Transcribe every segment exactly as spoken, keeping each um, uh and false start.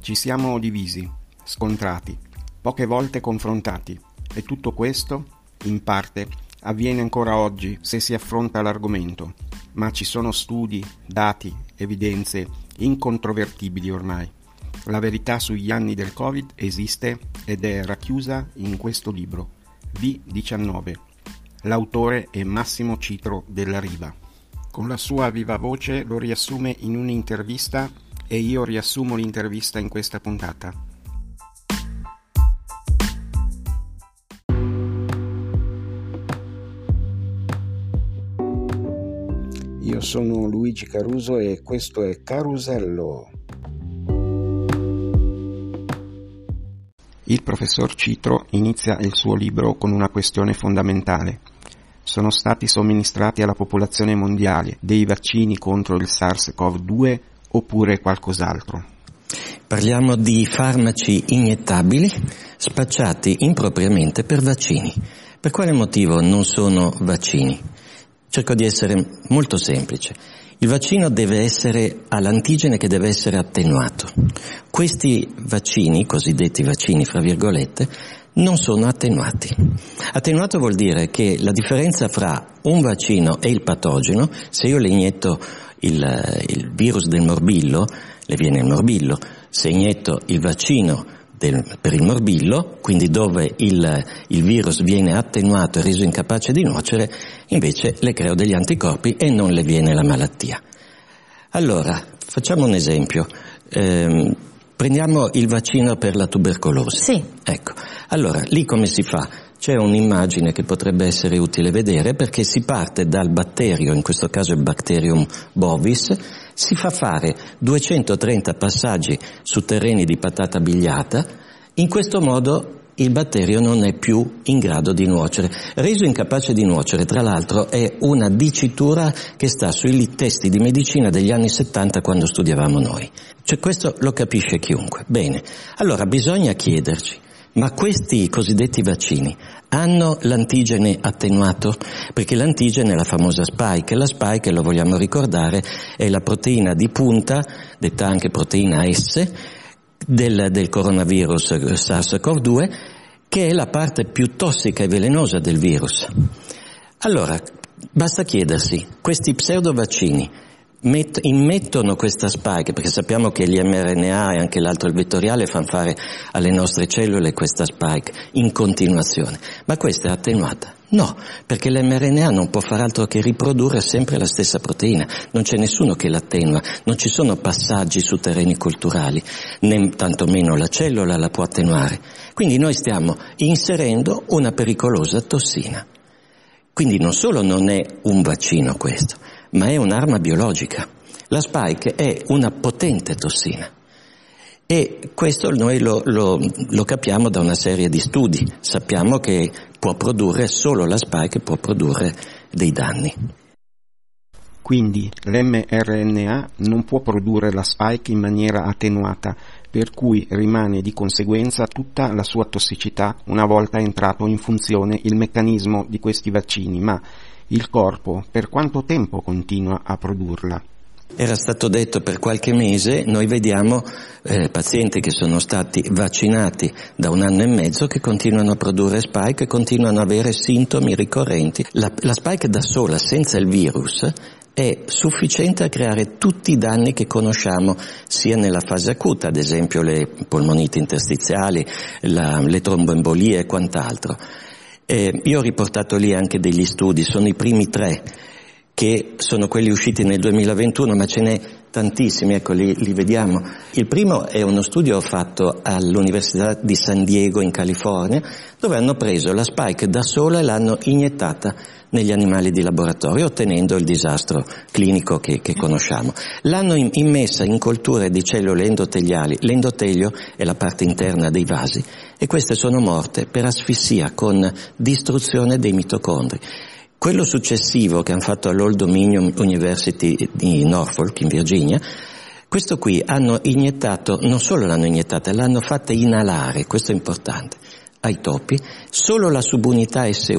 Ci siamo divisi, scontrati, poche volte confrontati, e tutto questo, in parte, avviene ancora oggi se si affronta l'argomento, ma ci sono studi, dati, evidenze incontrovertibili ormai. La verità sugli anni del Covid esiste ed è racchiusa in questo libro, V diciannove. L'autore è Massimo Citro della Riva. Con la sua viva voce lo riassume in un'intervista e io riassumo l'intervista in questa puntata. Io sono Luigi Caruso e questo è Carusello. Il professor Citro inizia il suo libro con una questione fondamentale. Sono stati somministrati alla popolazione mondiale dei vaccini contro il SARS-CoV due oppure qualcos'altro? Parliamo di farmaci iniettabili spacciati impropriamente per vaccini. Per quale motivo non sono vaccini? Cerco di essere molto semplice. Il vaccino deve essere all'antigene che deve essere attenuato. Questi vaccini, cosiddetti vaccini fra virgolette, non sono attenuati. Attenuato vuol dire che la differenza fra un vaccino e il patogeno, se io le inietto il, il virus del morbillo, le viene il morbillo. Se inietto il vaccino del, per il morbillo, quindi dove il, il virus viene attenuato e reso incapace di nuocere, invece le creo degli anticorpi e non le viene la malattia. Allora, facciamo un esempio. Ehm, prendiamo il vaccino per la tubercolosi. Sì. Ecco, allora, lì come si fa? C'è un'immagine che potrebbe essere utile vedere, perché si parte dal batterio, in questo caso il Bacterium bovis, si fa fare duecentotrenta passaggi su terreni di patata bigliata. In questo modo il batterio non è più in grado di nuocere. Reso incapace di nuocere, tra l'altro, è una dicitura che sta sui testi di medicina degli anni settanta, quando studiavamo noi. Cioè, questo lo capisce chiunque. Bene, allora bisogna chiederci: ma questi cosiddetti vaccini hanno l'antigene attenuato? Perché l'antigene è la famosa spike. La spike, lo vogliamo ricordare, è la proteina di punta, detta anche proteina S, del, del coronavirus SARS-CoV due, che è la parte più tossica e velenosa del virus. Allora, basta chiedersi, questi pseudovaccini Met, immettono questa spike, perché sappiamo che gli mRNA e anche l'altro, il vettoriale, fanno fare alle nostre cellule questa spike in continuazione, ma questa è attenuata? No, perché l'mRNA non può far altro che riprodurre sempre la stessa proteina, non c'è nessuno che l'attenua, non ci sono passaggi su terreni culturali, né tantomeno la cellula la può attenuare. Quindi noi stiamo inserendo una pericolosa tossina. Quindi non solo non è un vaccino questo, ma è un'arma biologica. La spike è una potente tossina e questo noi lo, lo, lo capiamo da una serie di studi. Sappiamo che può produrre, solo la spike può produrre dei danni. Quindi l'mRNA non può produrre la spike in maniera attenuata, per cui rimane di conseguenza tutta la sua tossicità una volta entrato in funzione il meccanismo di questi vaccini, ma il corpo per quanto tempo continua a produrla? Era stato detto per qualche mese. Noi vediamo eh, pazienti che sono stati vaccinati da un anno e mezzo che continuano a produrre spike e continuano ad avere sintomi ricorrenti. La, la spike da sola, senza il virus, è sufficiente a creare tutti i danni che conosciamo sia nella fase acuta, ad esempio le polmoniti interstiziali, la, le tromboembolie e quant'altro. Eh, io ho riportato lì anche degli studi, sono i primi tre, che sono quelli usciti nel duemilaventuno, ma ce n'è tantissimi, ecco li, li vediamo. Il primo è uno studio fatto all'Università di San Diego in California, dove hanno preso la spike da sola e l'hanno iniettata negli animali di laboratorio, ottenendo il disastro clinico che, che conosciamo. L'hanno in, immessa in colture di cellule endoteliali, l'endotelio è la parte interna dei vasi, e queste sono morte per asfissia con distruzione dei mitocondri. Quello successivo che hanno fatto all'Old Dominion University di Norfolk in Virginia, questo qui hanno iniettato, non solo l'hanno iniettata, l'hanno fatta inalare, questo è importante, ai topi, solo la subunità S uno,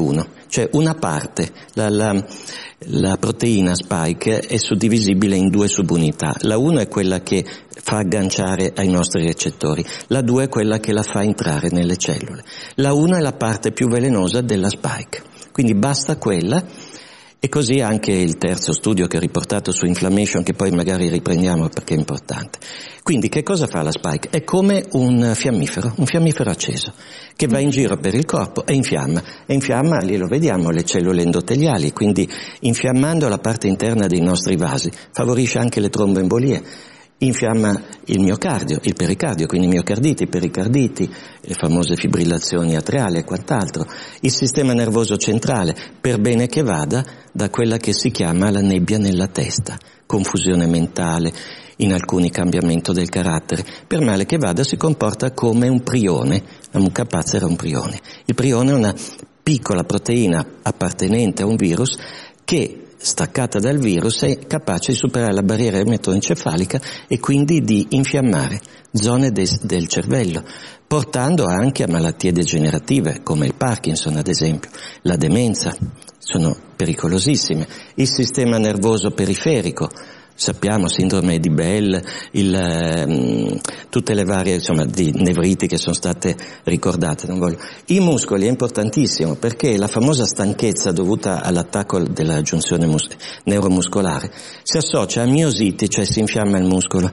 cioè una parte, la, la, la proteina spike è suddivisibile in due subunità, la una è quella che fa agganciare ai nostri recettori, la due è quella che la fa entrare nelle cellule, la una è la parte più velenosa della spike, quindi basta quella. E così anche il terzo studio che ho riportato su inflammation, che poi magari riprendiamo perché è importante. Quindi che cosa fa la spike? È come un fiammifero, un fiammifero acceso, che va in giro per il corpo e infiamma. E infiamma, lì lo vediamo, le cellule endoteliali, quindi infiammando la parte interna dei nostri vasi, favorisce anche le tromboembolie. Infiamma il miocardio, il pericardio, quindi miocarditi, pericarditi, le famose fibrillazioni atriali e quant'altro, il sistema nervoso centrale, per bene che vada, da quella che si chiama la nebbia nella testa, confusione mentale, in alcuni cambiamento del carattere, per male che vada si comporta come un prione, la mucca pazza era un prione. Il prione è una piccola proteina appartenente a un virus che, staccata dal virus, è capace di superare la barriera ematoencefalica e quindi di infiammare zone de- del cervello, portando anche a malattie degenerative come il Parkinson ad esempio, la demenza, sono pericolosissime, il sistema nervoso periferico, sappiamo, sindrome di Bell, il, ehm, tutte le varie insomma, di nevriti che sono state ricordate. Non voglio. I muscoli è importantissimo perché la famosa stanchezza dovuta all'attacco della giunzione mus- neuromuscolare si associa a miositi, cioè si infiamma il muscolo,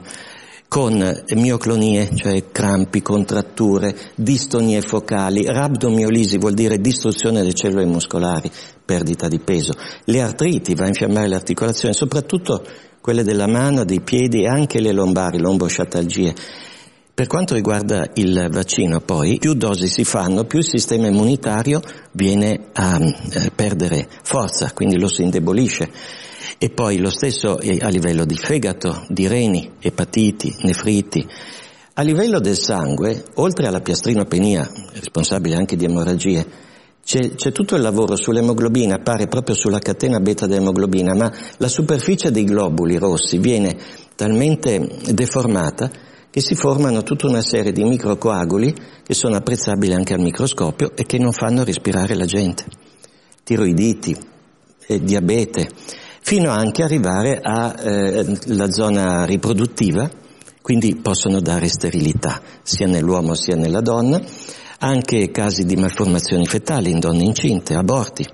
con mioclonie, cioè crampi, contratture, distonie focali, rabdomiolisi vuol dire distruzione delle cellule muscolari, perdita di peso, le artriti, va a infiammare le articolazioni, soprattutto quelle della mano, dei piedi e anche le lombari, lombosciatalgie. Per quanto riguarda il vaccino poi, più dosi si fanno, più il sistema immunitario viene a eh, perdere forza, quindi lo si indebolisce. E poi lo stesso a livello di fegato, di reni, epatiti, nefriti. A livello del sangue, oltre alla piastrinopenia, responsabile anche di emorragie, C'è, c'è tutto il lavoro sull'emoglobina, appare proprio sulla catena beta dell'emoglobina, ma la superficie dei globuli rossi viene talmente deformata che si formano tutta una serie di microcoaguli che sono apprezzabili anche al microscopio e che non fanno respirare la gente. Tiroiditi, eh, diabete, fino anche arrivare alla eh, zona riproduttiva, quindi possono dare sterilità sia nell'uomo sia nella donna, anche casi di malformazioni fetali in donne incinte, aborti.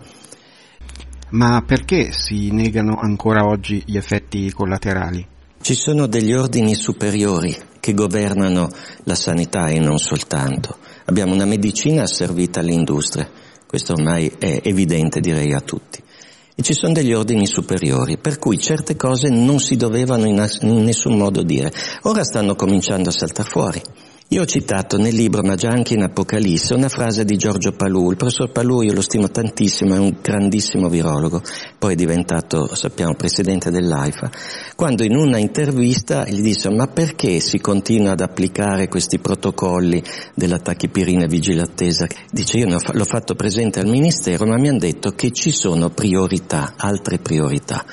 Ma perché si negano ancora oggi gli effetti collaterali? Ci sono degli ordini superiori che governano la sanità e non soltanto. Abbiamo una medicina asservita all'industria, questo ormai è evidente direi a tutti. E ci sono degli ordini superiori, per cui certe cose non si dovevano in, as- in nessun modo dire. Ora stanno cominciando a saltare fuori. Io ho citato nel libro, ma già anche in Apocalisse, una frase di Giorgio Palù. Il professor Palù io lo stimo tantissimo, è un grandissimo virologo, poi è diventato, sappiamo, presidente dell'AIFA, quando in una intervista gli disse ma perché si continua ad applicare questi protocolli della tachipirina e vigile attesa? Dice io l'ho fatto presente al Ministero, ma mi hanno detto che ci sono priorità, altre priorità.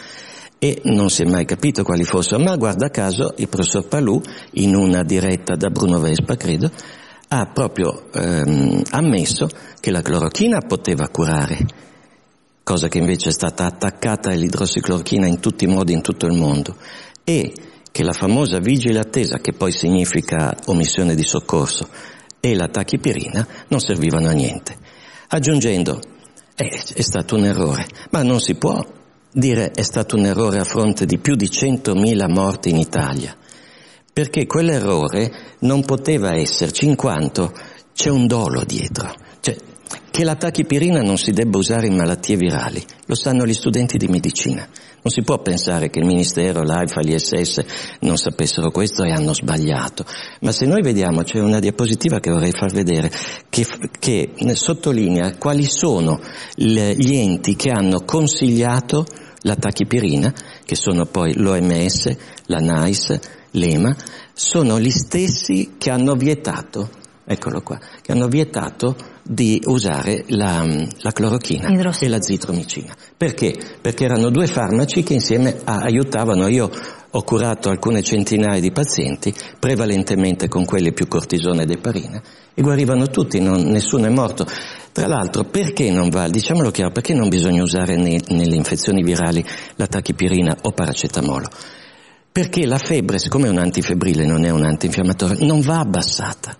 E non si è mai capito quali fossero, ma guarda caso il professor Palù, in una diretta da Bruno Vespa, credo, ha proprio ehm, ammesso che la clorochina poteva curare, cosa che invece è stata attaccata all'idrossiclorochina in tutti i modi in tutto il mondo, e che la famosa vigile attesa, che poi significa omissione di soccorso, e la tachipirina non servivano a niente, aggiungendo eh, è stato un errore, ma non si può dire è stato un errore a fronte di più di centomila morti in Italia, perché quell'errore non poteva esserci in quanto c'è un dolo dietro, cioè che la tachipirina non si debba usare in malattie virali, lo sanno gli studenti di medicina, non si può pensare che il Ministero, l'AIFA, gli S S non sapessero questo e hanno sbagliato, ma se noi vediamo, c'è una diapositiva che vorrei far vedere che, che sottolinea quali sono gli enti che hanno consigliato la tachipirina, che sono poi l'O M S, la NICE, l'E M A, sono gli stessi che hanno vietato, eccolo qua, che hanno vietato di usare la, la clorochina e la zitromicina. Perché? Perché erano due farmaci che insieme a, aiutavano. Io ho curato alcune centinaia di pazienti, prevalentemente con quelli più cortisone ed eparina, e guarivano tutti, non, nessuno è morto. Tra Tra l'altro, perché non va, diciamolo chiaro, perché non bisogna usare ne, nelle infezioni virali la tachipirina o paracetamolo? Perché la febbre, siccome è un antifebbrile, non è un antinfiammatorio, non va abbassata.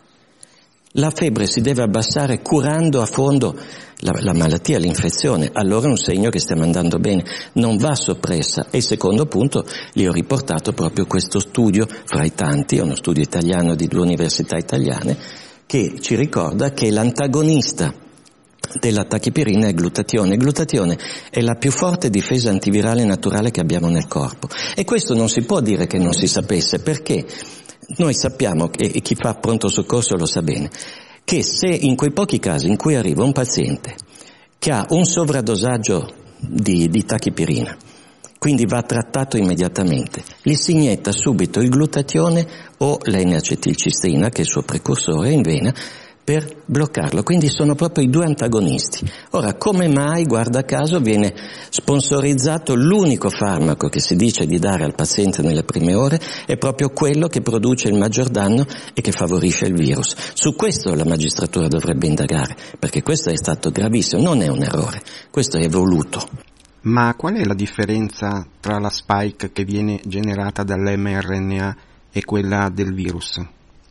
La febbre si deve abbassare curando a fondo la, la malattia, l'infezione, allora è un segno che stiamo andando bene, non va soppressa. E il secondo punto, gli ho riportato proprio questo studio, fra i tanti, è uno studio italiano di due università italiane, che ci ricorda che l'antagonista della tachipirina è glutatione. Il glutatione è la più forte difesa antivirale naturale che abbiamo nel corpo. E questo non si può dire che non si sapesse, perché noi sappiamo, e chi fa pronto soccorso lo sa bene, che se in quei pochi casi in cui arriva un paziente che ha un sovradosaggio di, di tachipirina, quindi va trattato immediatamente, gli si inietta subito il glutatione o l'N acetilcisteina, che è il suo precursore, in vena, per bloccarlo. Quindi sono proprio i due antagonisti. Ora, come mai, guarda caso, viene sponsorizzato l'unico farmaco che si dice di dare al paziente nelle prime ore, è proprio quello che produce il maggior danno e che favorisce il virus. Su questo la magistratura dovrebbe indagare, perché questo è stato gravissimo, non è un errore, questo è voluto. Ma qual è la differenza tra la spike che viene generata dall'mRNA e quella del virus?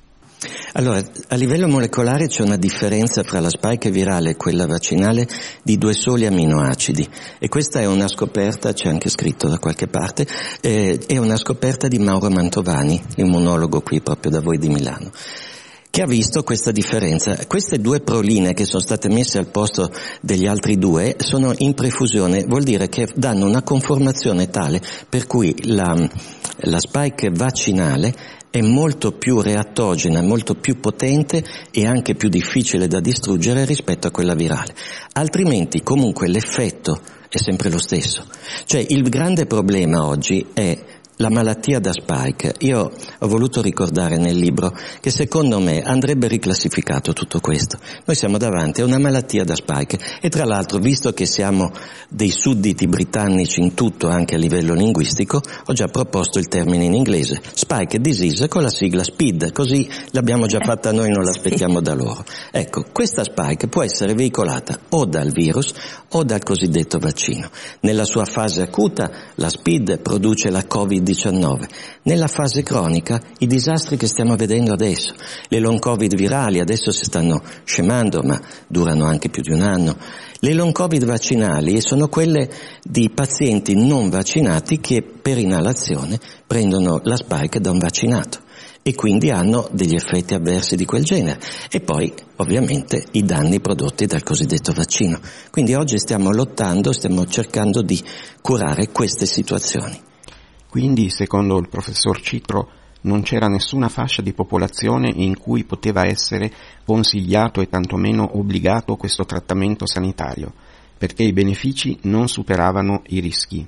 Allora, a livello molecolare c'è una differenza fra la spike virale e quella vaccinale di due soli aminoacidi, e questa è una scoperta, c'è anche scritto da qualche parte, eh, è una scoperta di Mauro Mantovani, immunologo qui proprio da voi di Milano, che ha visto questa differenza. Queste due proline che sono state messe al posto degli altri due sono in prefusione, vuol dire che danno una conformazione tale per cui la, la spike vaccinale è molto più reattogena, molto più potente e anche più difficile da distruggere rispetto a quella virale. Altrimenti comunque l'effetto è sempre lo stesso. Cioè il grande problema oggi è la malattia da spike. Io ho voluto ricordare nel libro che secondo me andrebbe riclassificato tutto questo. Noi siamo davanti a una malattia da spike e tra l'altro, visto che siamo dei sudditi britannici in tutto, anche a livello linguistico, ho già proposto il termine in inglese, spike disease, con la sigla SPID, così l'abbiamo già fatta noi, non l'aspettiamo da loro. Ecco, questa spike può essere veicolata o dal virus o dal cosiddetto vaccino. Nella sua fase acuta la SPID produce la covid diciannove. Nella fase cronica i disastri che stiamo vedendo adesso, le long covid virali adesso si stanno scemando ma durano anche più di un anno. Le long covid vaccinali sono quelle di pazienti non vaccinati che per inalazione prendono la spike da un vaccinato e quindi hanno degli effetti avversi di quel genere, e poi ovviamente i danni prodotti dal cosiddetto vaccino. Quindi oggi stiamo lottando, stiamo cercando di curare queste situazioni. Quindi, secondo il professor Citro, non c'era nessuna fascia di popolazione in cui poteva essere consigliato e tantomeno obbligato questo trattamento sanitario, perché i benefici non superavano i rischi.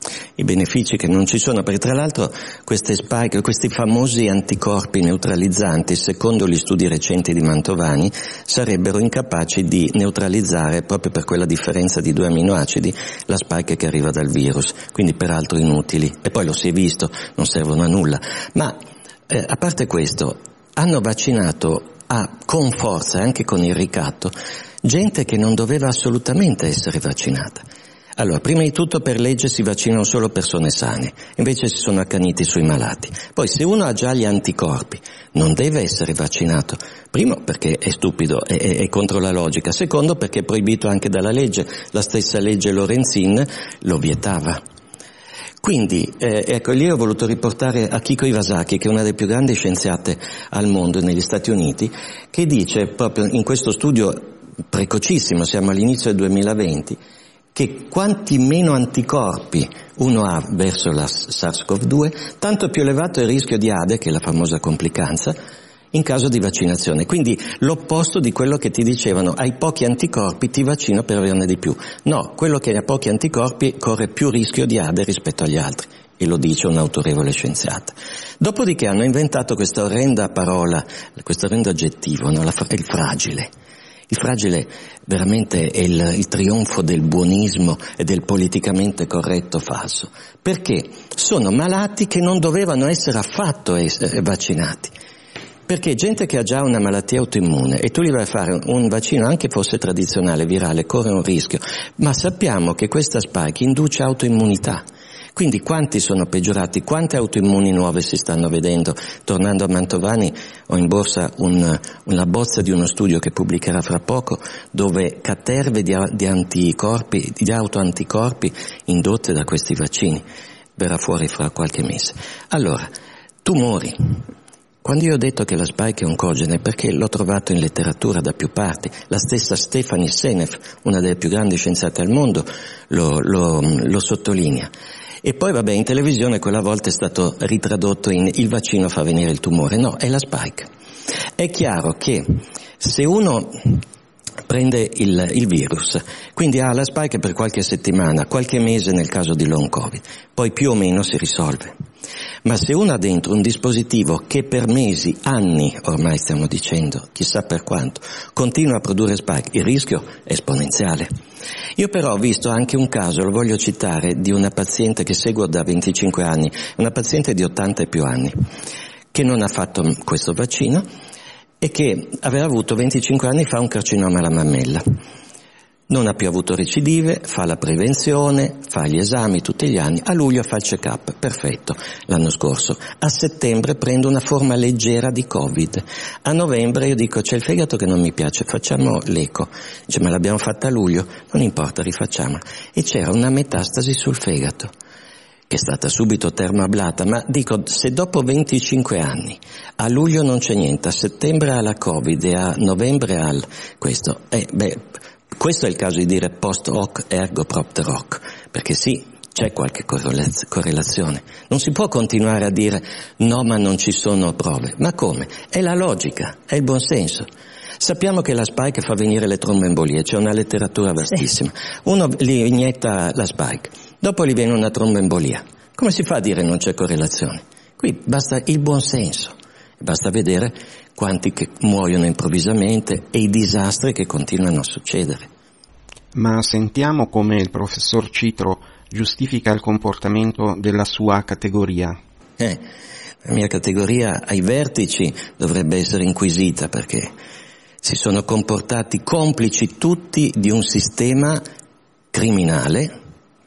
I benefici che non ci sono, perché tra l'altro queste spike, questi famosi anticorpi neutralizzanti, secondo gli studi recenti di Mantovani, sarebbero incapaci di neutralizzare, proprio per quella differenza di due aminoacidi, la spike che arriva dal virus, quindi peraltro inutili, e poi lo si è visto, non servono a nulla. Ma eh, a parte questo, hanno vaccinato a, con forza, anche con il ricatto, gente che non doveva assolutamente essere vaccinata. Allora, prima di tutto per legge si vaccinano solo persone sane, invece si sono accaniti sui malati. Poi se uno ha già gli anticorpi non deve essere vaccinato, primo perché è stupido, è, è, è contro la logica, secondo perché è proibito anche dalla legge, la stessa legge Lorenzin lo vietava. Quindi, eh, ecco, lì ho voluto riportare Akiko Iwasaki, che è una delle più grandi scienziate al mondo negli Stati Uniti, che dice proprio in questo studio precocissimo, siamo all'inizio del duemilaventi, che quanti meno anticorpi uno ha verso la SARS-CoV due, tanto più elevato è il rischio di A D E, che è la famosa complicanza, in caso di vaccinazione. Quindi l'opposto di quello che ti dicevano, hai pochi anticorpi, ti vaccino per averne di più. No, quello che ha pochi anticorpi corre più rischio di A D E rispetto agli altri, e lo dice un'autorevole scienziata. Dopodiché hanno inventato questa orrenda parola, questo orrendo aggettivo, no? La, il fragile. Il fragile veramente è il, il trionfo del buonismo e del politicamente corretto falso, perché sono malati che non dovevano essere affatto essere vaccinati. Perché gente che ha già una malattia autoimmune e tu gli vai a fare un vaccino, anche fosse tradizionale, virale, corre un rischio, ma sappiamo che questa spike induce autoimmunità. Quindi quanti sono peggiorati, quante autoimmuni nuove si stanno vedendo? Tornando a Mantovani, ho in borsa un, una bozza di uno studio che pubblicherà fra poco, dove caterve di, di anticorpi, di autoanticorpi indotte da questi vaccini. Verrà fuori fra qualche mese. Allora, tumori. Quando io ho detto che la spike è oncogene, perché l'ho trovato in letteratura da più parti, la stessa Stephanie Seneff, una delle più grandi scienziate al mondo, lo, lo, lo sottolinea. E poi vabbè, in televisione quella volta è stato ritradotto in il vaccino fa venire il tumore. No, è la spike. È chiaro che se uno prende il, il virus, quindi ha la spike per qualche settimana, qualche mese nel caso di long covid, poi più o meno si risolve. Ma se uno ha dentro un dispositivo che per mesi, anni, ormai stiamo dicendo, chissà per quanto, continua a produrre spike, il rischio è esponenziale. Io però ho visto anche un caso, lo voglio citare, di una paziente che seguo da venticinque anni, una paziente di ottanta e più anni, che non ha fatto questo vaccino e che aveva avuto venticinque anni fa un carcinoma alla mammella. Non ha più avuto recidive, fa la prevenzione, fa gli esami tutti gli anni, a luglio fa il check-up, perfetto, l'anno scorso. A settembre prende una forma leggera di Covid. A novembre io dico c'è il fegato che non mi piace, facciamo l'eco. Dice ma l'abbiamo fatta a luglio, non importa, rifacciamola. E c'era una metastasi sul fegato, che è stata subito termoablata, ma dico se dopo venticinque anni, a luglio non c'è niente, a settembre ha la Covid e a novembre ha questo, eh, beh, questo è il caso di dire post hoc ergo propter hoc, perché sì, c'è qualche correlazione. Non si può continuare a dire no ma non ci sono prove. Ma come? È la logica, è il buonsenso. Sappiamo che la spike fa venire le tromboembolie, c'è una letteratura vastissima. Uno gli inietta la spike, dopo gli viene una tromboembolia. Come si fa a dire non c'è correlazione? Qui basta il buonsenso, basta vedere quanti che muoiono improvvisamente e i disastri che continuano a succedere. Ma sentiamo come il professor Citro giustifica il comportamento della sua categoria. Eh, la mia categoria ai vertici dovrebbe essere inquisita perché si sono comportati complici tutti di un sistema criminale,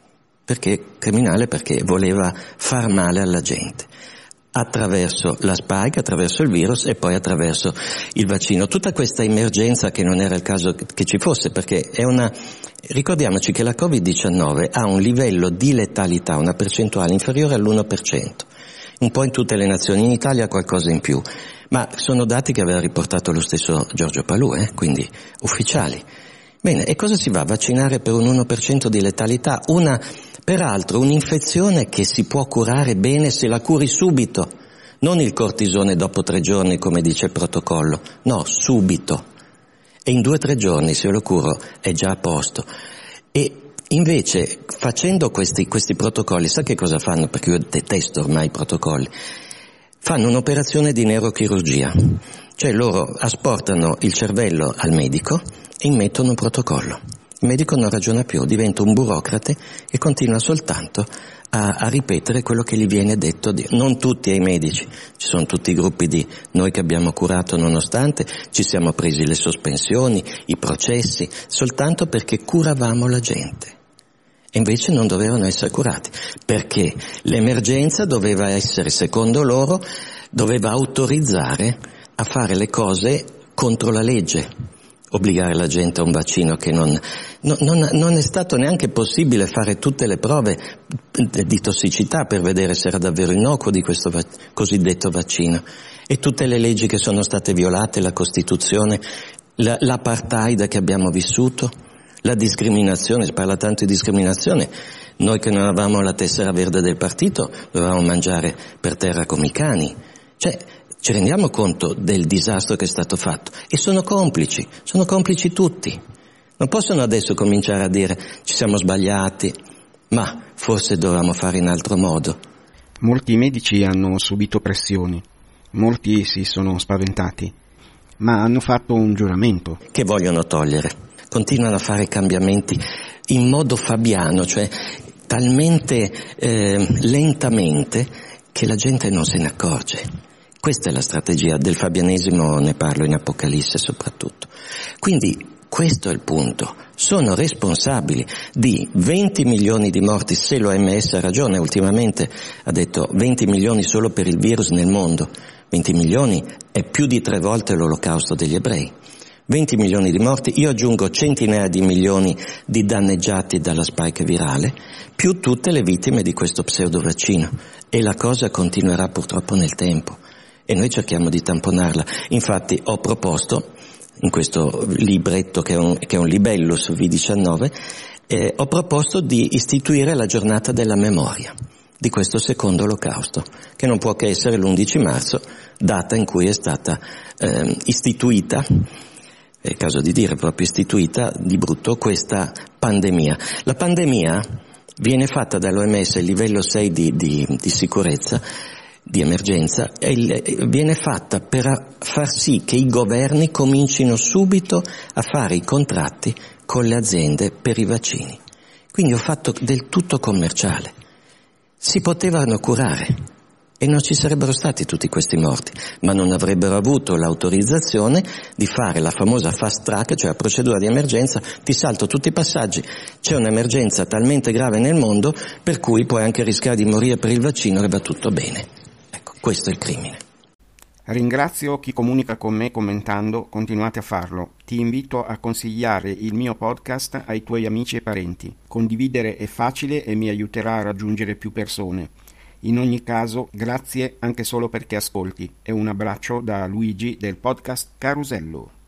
perché criminale perché voleva far male alla gente, attraverso la spike, attraverso il virus e poi attraverso il vaccino. Tutta questa emergenza che non era il caso che ci fosse, perché è una... Ricordiamoci che la covid diciannove ha un livello di letalità, una percentuale inferiore all'uno per cento, un po' in tutte le nazioni, in Italia qualcosa in più, ma sono dati che aveva riportato lo stesso Giorgio Palù, eh? Quindi ufficiali. Bene, e cosa si va a vaccinare per un uno per cento di letalità? Una, peraltro, un'infezione che si può curare bene se la curi subito, non il cortisone dopo tre giorni come dice il protocollo, no, subito. E in due o tre giorni se lo curo è già a posto. E invece facendo questi, questi protocolli, sa che cosa fanno? Perché io detesto ormai i protocolli. Fanno un'operazione di neurochirurgia, cioè loro asportano il cervello al medico e immettono un protocollo. Il medico non ragiona più, diventa un burocrate e continua soltanto a, a ripetere quello che gli viene detto. Di, non tutti ai medici, ci sono tutti i gruppi di noi che abbiamo curato nonostante, ci siamo presi le sospensioni, i processi, soltanto perché curavamo la gente. E invece non dovevano essere curati, perché l'emergenza doveva essere, secondo loro, doveva autorizzare a fare le cose contro la legge, obbligare la gente a un vaccino che non, non, non, non è stato neanche possibile fare tutte le prove di tossicità per vedere se era davvero innocuo di questo va- cosiddetto vaccino. E tutte le leggi che sono state violate, la Costituzione, la, l'apartheid che abbiamo vissuto, la discriminazione, si parla tanto di discriminazione, noi che non avevamo la tessera verde del partito dovevamo mangiare per terra come i cani, cioè ci rendiamo conto del disastro che è stato fatto e sono complici, sono complici tutti, non possono adesso cominciare a dire ci siamo sbagliati, ma forse dovevamo fare in altro modo. Molti medici hanno subito pressioni, molti si sono spaventati, ma hanno fatto un giuramento che vogliono togliere. Continuano a fare cambiamenti in modo fabiano, cioè talmente eh, lentamente che la gente non se ne accorge, Questa è la strategia del fabianesimo, ne parlo in Apocalisse soprattutto. Quindi questo è il punto. Sono responsabili di venti milioni di morti, se l'O M S ha ragione, ultimamente ha detto venti milioni solo per il virus nel mondo. venti milioni è più di tre volte l'olocausto degli ebrei. venti milioni di morti, io aggiungo centinaia di milioni di danneggiati dalla spike virale, più tutte le vittime di questo pseudovaccino. E la cosa continuerà purtroppo nel tempo. E noi cerchiamo di tamponarla. Infatti ho proposto, in questo libretto che è un, che è un libellus V diciannove, eh, ho proposto di istituire la giornata della memoria di questo secondo olocausto, che non può che essere l'undici marzo, data in cui è stata eh, istituita, è il caso di dire proprio istituita di brutto, questa pandemia. La pandemia viene fatta dall'O M S a livello sei di, di, di sicurezza, di emergenza, e il, viene fatta per far sì che i governi comincino subito a fare i contratti con le aziende per i vaccini. Quindi ho fatto del tutto commerciale. Si potevano curare e non ci sarebbero stati tutti questi morti, ma non avrebbero avuto l'autorizzazione di fare la famosa fast track, cioè la procedura di emergenza, ti salto tutti i passaggi, c'è un'emergenza talmente grave nel mondo per cui puoi anche rischiare di morire per il vaccino e va tutto bene. Ecco, questo è il crimine. Ringrazio chi comunica con me commentando, continuate a farlo. Ti invito a consigliare il mio podcast ai tuoi amici e parenti. Condividere è facile e mi aiuterà a raggiungere più persone. In ogni caso, grazie anche solo perché ascolti, e un abbraccio da Luigi del podcast Carusello.